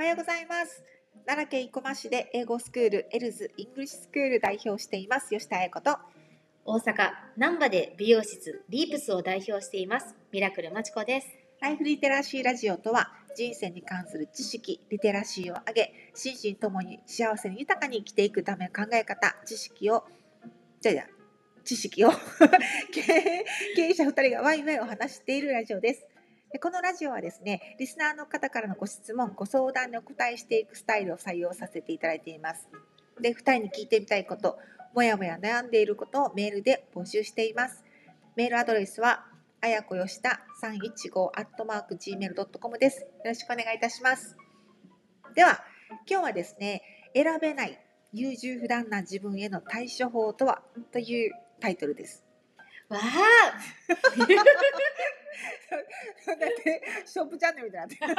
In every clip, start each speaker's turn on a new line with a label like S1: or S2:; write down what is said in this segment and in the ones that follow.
S1: おはようございます。奈良県生駒市で英語スクールエルズイングリッシュスクール代表しています吉田彩子と、
S2: 大阪難波で美容室リープスを代表していますミラクルまちこです。
S1: ライフリテラシーラジオとは、人生に関する知識リテラシーを上げ、心身ともに幸せに豊かに生きていくための考え方知識を経営者2人がワイワイお話しているラジオです。でこのラジオはですね、リスナーの方からのご質問ご相談にお答えしていくスタイルを採用させていただいています。で2人に聞いてみたいこと、もやもや悩んでいることをメールで募集しています。メールアドレスはあやこよした315@gmail.com です。よろしくお願いいたします。では今日はですね、選べない優柔不断な自分への対処法とはというタイトルです。
S2: わあ
S1: だってショップチャンネルみたいになってるま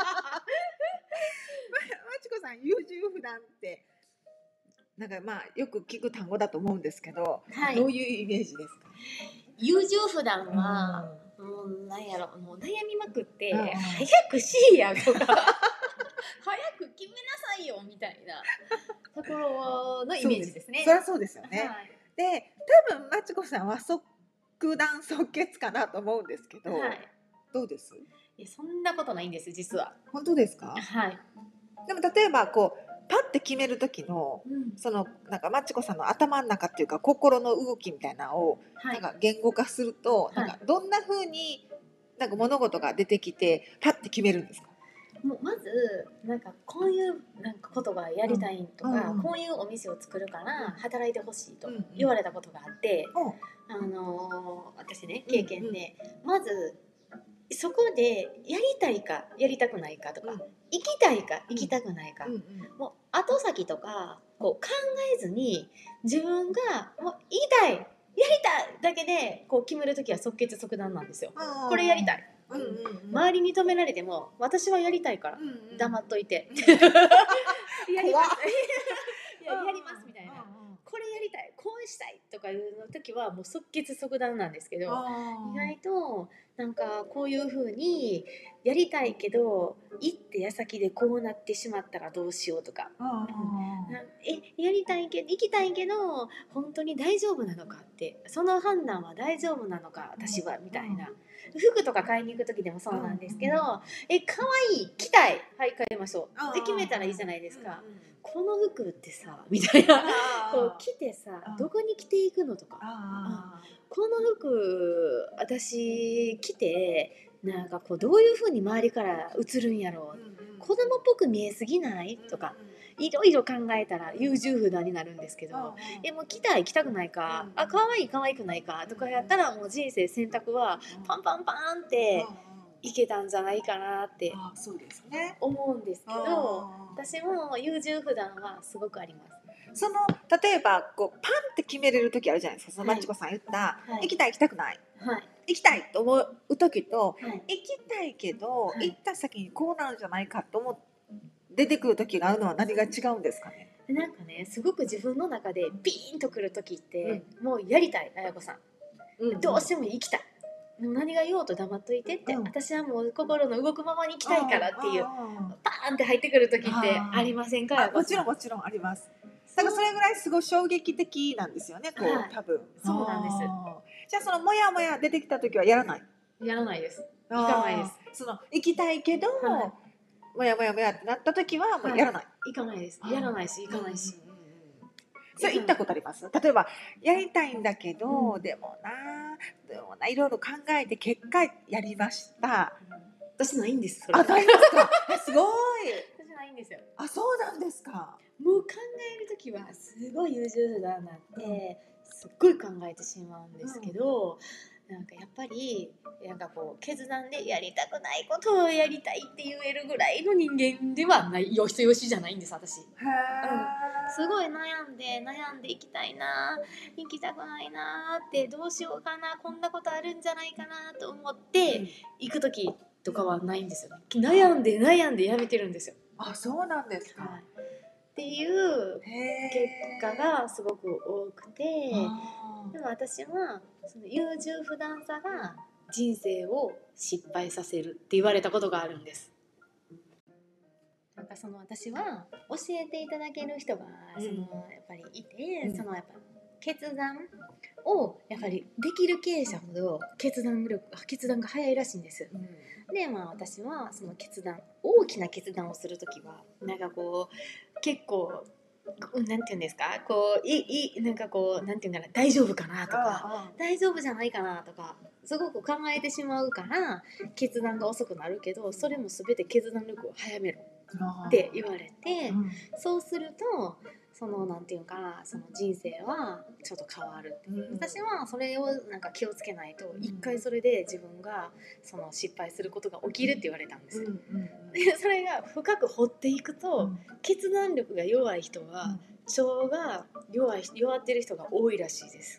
S1: ちこさん、優柔不断ってなんかよく聞く単語だと思うんですけど、
S2: はい、
S1: どういうイメージですか？
S2: 優柔不断は、もう何やろ、もう悩みまくって、早くしいやとか早く決めなさいよみたいなところのイメージですね。
S1: そりゃそうですよね、
S2: はい、
S1: で多分まちこさんは即断即決かなと思うんですけど、
S2: はい、
S1: どうです？
S2: いやそんなことないんです実は。
S1: 本当ですか？
S2: はい。
S1: でも例えばこうパッて決める時の、そのなんかまちこさんの頭の中っていうか心の動きみたいなのを、なんか言語化すると、なんかどんな風になんか物事が出てきてパッて決めるんですか？
S2: もうまずなんかこういうなんかことがやりたいとか、こういうお店を作るから働いてほしいと言われたことがあって、私ね経験で、まずそこでやりたいかやりたくないかとか、行きたいか行きたくないか、もう後先とかこう考えずに自分がもう行きたいやりたいだけでこう決めるときは即決即断なんですよ。これやりたい、周りに止められても私はやりたいから黙っといてやりますやりますみたいな、これやりたいこうしたいとかいうの時はもう即決即断なんですけど、意外となんかこういう風にやりたいけど行って矢先でこうなってしまったらどうしようとか、やりたいけど行きたいけど本当に大丈夫なのかって、その判断は大丈夫なのか私はみたいな、服とか買いに行く時でもそうなんですけど、可愛い着たい、はい買いましょうで決めたらいいじゃないですか。この服ってさみたいなこう着てさどこに着ていくのとか、この服私着てなんかこうどういう風に周りから映るんやろう、子供っぽく見えすぎないとかいろいろ考えたら優柔不断になるんですけど、もう着たい着たくないか、可愛い可愛くないかとかやったらもう人生選択はパンパンパンっていけたんじゃないかなって思うんですけど、私も優柔不断はすごくあります。
S1: その例えばこうパンって決めれる時あるじゃないですか。そのまちこさん言った、行きたい行きたくない、行きたいと思う時と、行きたいけど、行った先にこうなるんじゃないかと思って出てくる時があるのは何が違うんですかね？
S2: なんかね、すごく自分の中でピーンとくる時って、もうやりたい、あやこさん、どうしても行きたい、何が言おうと黙っといてって、私はもう心の動くままに行きたいからっていうパーンって入ってくる時ってありませんか？
S1: もちろんもちろんあります。だからそれぐらいすごい衝撃的なんですよね、こう、多分。
S2: そうなんです。
S1: じゃあそのモヤモヤ出てきた時はやらない？
S2: やらないです。行かないです。
S1: その行きたいけど、モヤモヤモヤってなった時はもうやらない？
S2: 行かないです。やらないし行かないし。
S1: それ言ったことあります？例えばやりたいんだけど、でもないろいろ考えて結果やりました。
S2: 私ないんです。
S1: ないですか？すごい。
S2: 私ないんですよ。
S1: そうなんですか。
S2: もう考える時はすごい優柔不断になって、すっごい考えてしまうんですけど、なんかやっぱりなんかこう決断でやりたくないことをやりたいって言えるぐらいの人間ではない、よしよしじゃないんです私。すごい悩んで行きたいな、行きたくないなってどうしようかな、こんなことあるんじゃないかなと思って行く時とかはないんですよね。悩んでやめてるんですよ。
S1: そうなんですか。
S2: っていう結果がすごく多くて、でも私はその優柔不断さが人生を失敗させるって言われたことがあるんです。だかかその私は教えていただける人がそのやっぱりいて、そのやっぱ決断をやっぱりできる経営者ほど決断が早いらしいんです。で私はその大きな決断をするときはなんかこう結構なんていうんですか、こうなんかこうなんていうんだろう、大丈夫かなとか大丈夫じゃないかなとかすごく考えてしまうから決断が遅くなるけど、それも全て決断力を早めろって言われて、そうするとそのなんていうかな、その人生はちょっと変わるって、私はそれをなんか気をつけないと一回それで自分がその失敗することが起きるって言われたんですよ。でそれが深く掘っていくと、決断力が弱い人は腸が弱ってる人が多いらしいです。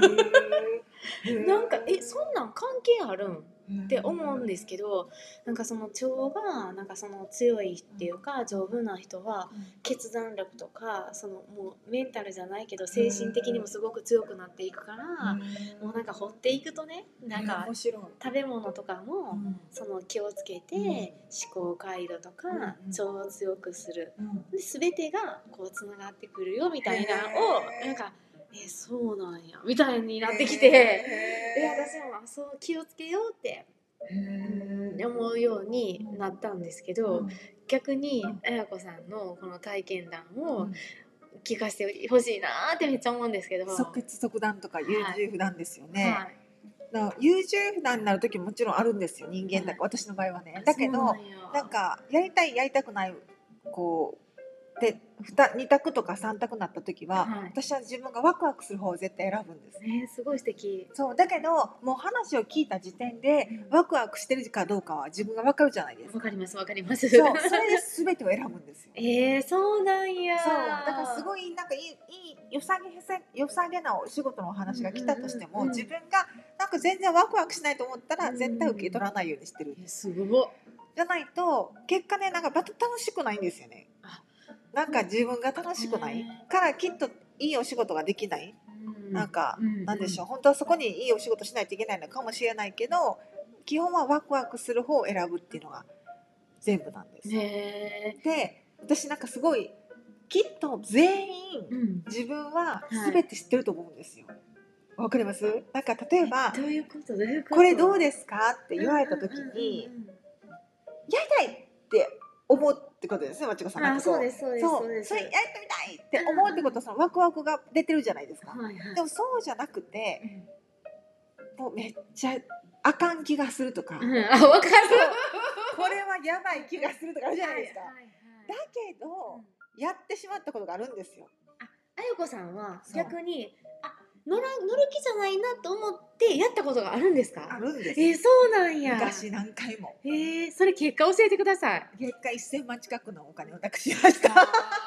S2: なんかそんなん関係あるんって思うんですけど、なんかその腸がなんかその強いっていうか丈夫な人は決断力とかそのもうメンタルじゃないけど精神的にもすごく強くなっていくから、もうなんか掘っていくとね、なんか食べ物とかもその気をつけて思考回路とか腸を強くする、で全てがこうつながってくるよみたいなをなんかそうなんやみたいになってきて、私もそう気をつけようって思うようになったんですけど、逆に綾子さんのこの体験談を聞かせてほしいなってめっちゃ思うんですけど、
S1: 即決即断とか優柔不断ですよね。優柔不断になる時ももちろんあるんですよ、人間だから、私の場合はね。だけどなんかやりたいやりたくないこうで2択とか3択になった時は、私は自分がワクワクする方を絶対選ぶんです。
S2: すごい素敵。
S1: そうだけどもう話を聞いた時点でワクワクしてるかどうかは自分が分かるじゃないですか。
S2: わかりますわかります。
S1: そうそれで全てを選ぶんですよ。
S2: そうなんや。
S1: そうだからすごいなんかいい良さげなお仕事のお話が来たとしても、自分がなんか全然ワクワクしないと思ったら絶対受け取らないようにしてる。
S2: すごい。
S1: じゃないと結果ね、なんかまた楽しくないんですよね。なんか自分が楽しくないからきっといいお仕事ができない。なんかなんでしょう、本当はそこにいいお仕事しないといけないのかもしれないけど、基本はワクワクする方を選ぶっていうのが全部なんです。で私なんかすごいきっと全員自分は全て知ってると思うんですよ。わかります？なんか例えばこれどうですかって言われた時にやりたいって思うってことですね、まちこさん。なんかそうですそうですそうです。それやってみたいって思うってことはそのワクワクが出てるじゃないですか。でもそうじゃなくて、もうめっちゃあかん気がするとか、わかる。これはやばい気がするとかあるじゃないですか。だけどやってしまったことがあるんですよ。
S2: あゆこさんは逆に乗る気じゃないなと思ってやったことがあるんですか？
S1: あるんです。
S2: そうなんや。
S1: 昔何回も。
S2: それ結果教えてください。
S1: 結果1000万近くのお金をなくしました。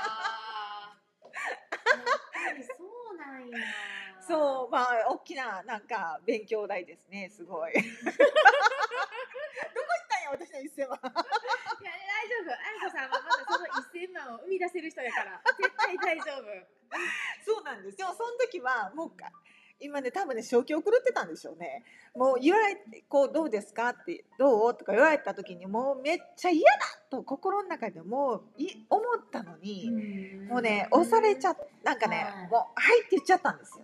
S2: そうなんや。
S1: そう、まあ大きななんか勉強代ですね、すごい。どこ行ったんや私の1000万。
S2: いや大丈夫。あゆこさんはまだその1000万を生み出せる人やから絶対大丈夫。
S1: そうなんですよ。その時はもう今ね多分ね正気を狂ってたんでしょうね。もう言われてこうどうですかってどうとか言われた時にもうめっちゃ嫌だと心の中でも思ったのに、もうね押されちゃなんかねもうはいって言っちゃったんですよ。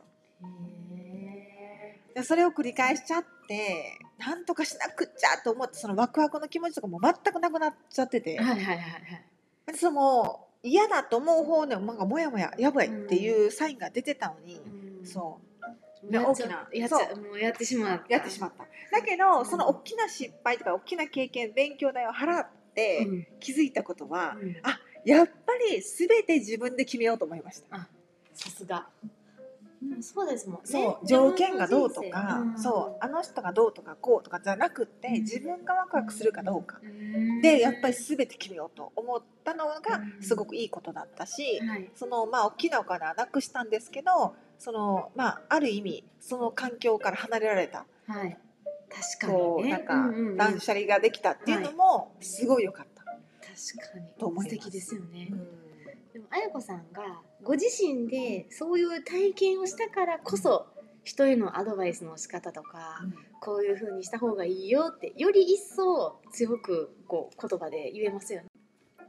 S1: でそれを繰り返しちゃってなんとかしなくっちゃと思って、そのワクワクの気持ちとかも全くなくなっちゃってて、その嫌だと思う方でなんかもやもややばいっていうサインが出てたのに、そう大きな
S2: もうやってしまった。
S1: だけどその大きな失敗とか大きな経験勉強代を払って気づいたことは、やっぱり全て自分で決めようと思いました。
S2: さすが。そうですもんね。
S1: そう条件がどうとか、そうあの人がどうとかこうとかじゃなくて、自分がワクワクするかどうかでやっぱり全て決めようと思ったのがすごくいいことだったし、その大きなお金はなくしたんですけど、そのある意味その環境から離れられた、
S2: 確かにね、
S1: なんか断捨離ができたっていうのもすごい良かった。
S2: 確かに
S1: と思います。
S2: 素敵ですよね。でもあやこさんがご自身でそういう体験をしたからこそ、人へのアドバイスの仕方とか、こういう風にした方がいいよってより一層強くこう言葉で言えますよね。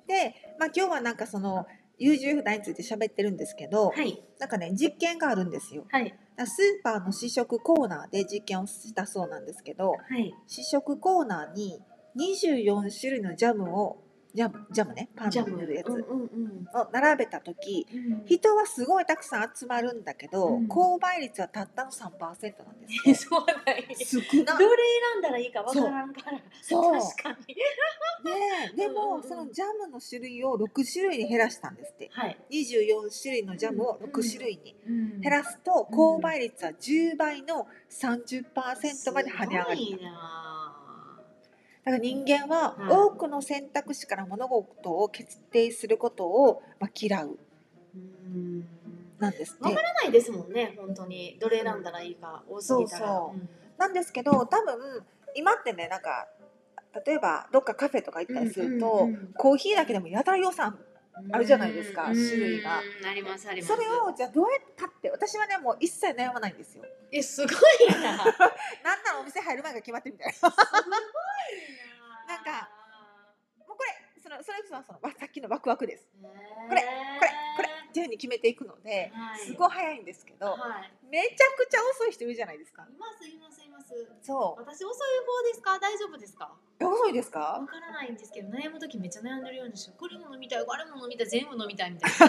S1: で、今日はなんかその優柔不断について喋ってるんですけど、
S2: はい。
S1: なんかね実験があるんですよ。
S2: はい。
S1: だからスーパーの試食コーナーで実験をしたそうなんですけど、
S2: はい。
S1: 試食コーナーに24種類のジャムね、パン
S2: ジャム。
S1: に塗るやつ
S2: うんうんうん。
S1: を並べた時、人はすごいたくさん集まるんだけど、購買率はたったの 3% なんですよ。
S2: そうなんや。
S1: 少な。
S2: どれ選んだらいいかわからんから。
S1: そう
S2: 確かに。
S1: でもそのジャムの種類を6種類に減らしたんですって。
S2: はい。
S1: 24種類のジャムを6種類に減ら
S2: す
S1: すと、購買率は10倍の 30% まで跳ね上がる。
S2: いいな。
S1: だから人間は多くの選択肢から物事を決定することを嫌うなんですって。
S2: わからないですもんね、本当にどれ選んだらいいか多すぎたら。
S1: なんですけど、多分今ってね、なんか例えばどっかカフェとか行ったりすると、コーヒーだけでもやたら予算あるじゃないですか、種類が。
S2: ありますあります。
S1: それをじゃあどうやって買って、私はねもう一切悩まないんですよ。
S2: すごいな。なんな
S1: らお店入る前が決まってるみたいな。すごいな。なんかもうこれそれこそさっきのワクワクです。これっていう風に決めていくので、すごい早いんですけど、めちゃくちゃ遅い人いるじゃないですか。
S2: います。
S1: そう。
S2: 私遅い方ですか？大丈夫ですか？
S1: 遅いですか？
S2: わからないんですけど、悩む時めっちゃ悩んでるようですよ。これも飲みたい、あれも飲みたい、全部飲みたいみたいな。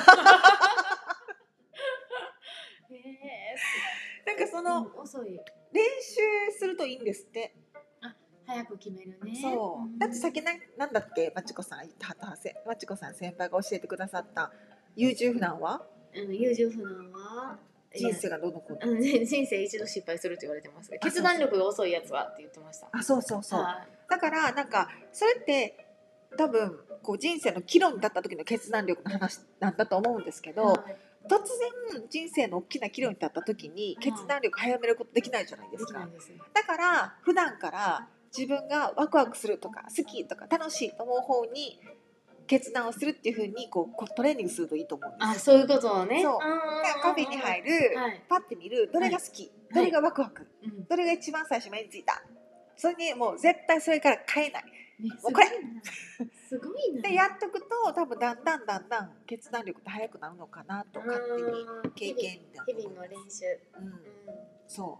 S1: なんかその
S2: 遅い。
S1: 練習するといいんですって。
S2: 早く決めるね。
S1: そう。だってさっきなんだっけ、まちこさん先輩が教えてくださった優柔不断は？
S2: 優柔不断は
S1: 人生がどうのこうの。
S2: 人生一度失敗すると言われてます。決断力が遅いやつはって言ってました。
S1: そう。だからなんかそれって多分こう人生の岐路に立った時の決断力の話なんだと思うんですけど、突然人生の大きな岐路に立った時に決断力早めることできないじゃないですか。だから普段から自分がワクワクするとか好きとか楽しいと思う方に決断をするっていう風にこうトレーニングするといいと思うんです。
S2: そういうことをね。
S1: そう。カフェに入る、パッて見る、どれが好き、どれがワクワク、どれが一番最初目についた。それにもう絶対それから変えない。もうこれ。
S2: すごいな。
S1: でやっとくと多分だんだん決断力って早くなるのかなと勝手に経験だと思います。
S2: 日々の練習。
S1: そう。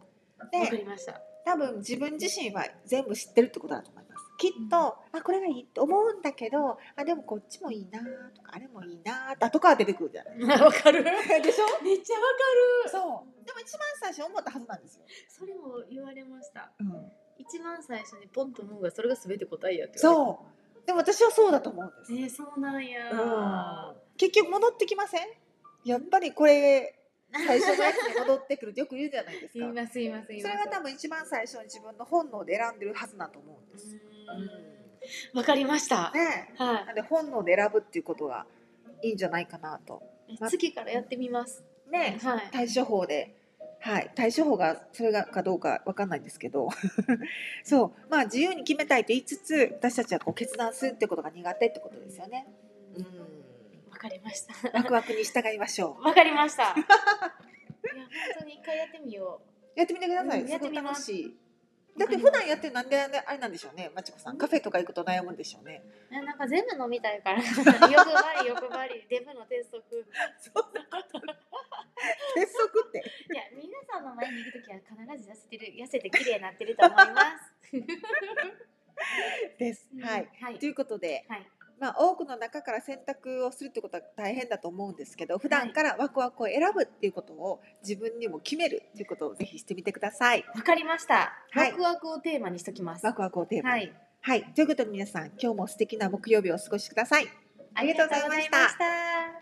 S2: で、わかりました。
S1: 多分自分自身は全部知ってるってことだと思います。きっと、これがいいと思うんだけど、でもこっちもいいなとか、あれもいいなとかは出てくるじゃない。
S2: わかる。でしょ？めっちゃわかる。
S1: そう。でも一番最初思ったはずなんですよ。
S2: それも言われました。一番最初にポンと思うがそれが全て答えやって。
S1: そう。でも私はそうだと思うんです。
S2: そうなんや。
S1: 結局戻ってきません？やっぱりこれ最初のやつに戻ってくるってよく言うじゃないですか。
S2: 言います。
S1: それは多分一番最初に自分の本能で選んでるはずだと思うんです。
S2: わかりました。
S1: なんで本能で選ぶっていうことがいいんじゃないかなと。
S2: 次からやってみます。
S1: 対処法で。対処法がそれがかどうかわかんないんですけどそう自由に決めたいと言いつつ私たちはこう決断するってことが苦手ってことですよね。
S2: わかりました。
S1: ワクワクに従いましょう。
S2: わかりました。いや本当に一回やってみよう。
S1: やってみてください。すごい楽しい。だって普段やってるなんであれなんでしょうね、まちこさん。カフェとか行くと悩むんでしょうね。
S2: なんか全部飲みたいから。欲張り、デブの鉄則。
S1: そんなこと。鉄則って。
S2: いや皆さんの前にいるときは必ず痩せて綺麗になってると思います。
S1: です。ということで。多くの中から選択をするってことは大変だと思うんですけど、普段からワクワクを選ぶっていうことを自分にも決めるっていうことをぜひしてみてください。
S2: わかりました。ワクワクをテーマにしときます。
S1: ワクワクをテーマに。ということで皆さん今日も素敵な木曜日をお過ごしください。ありがとうございました。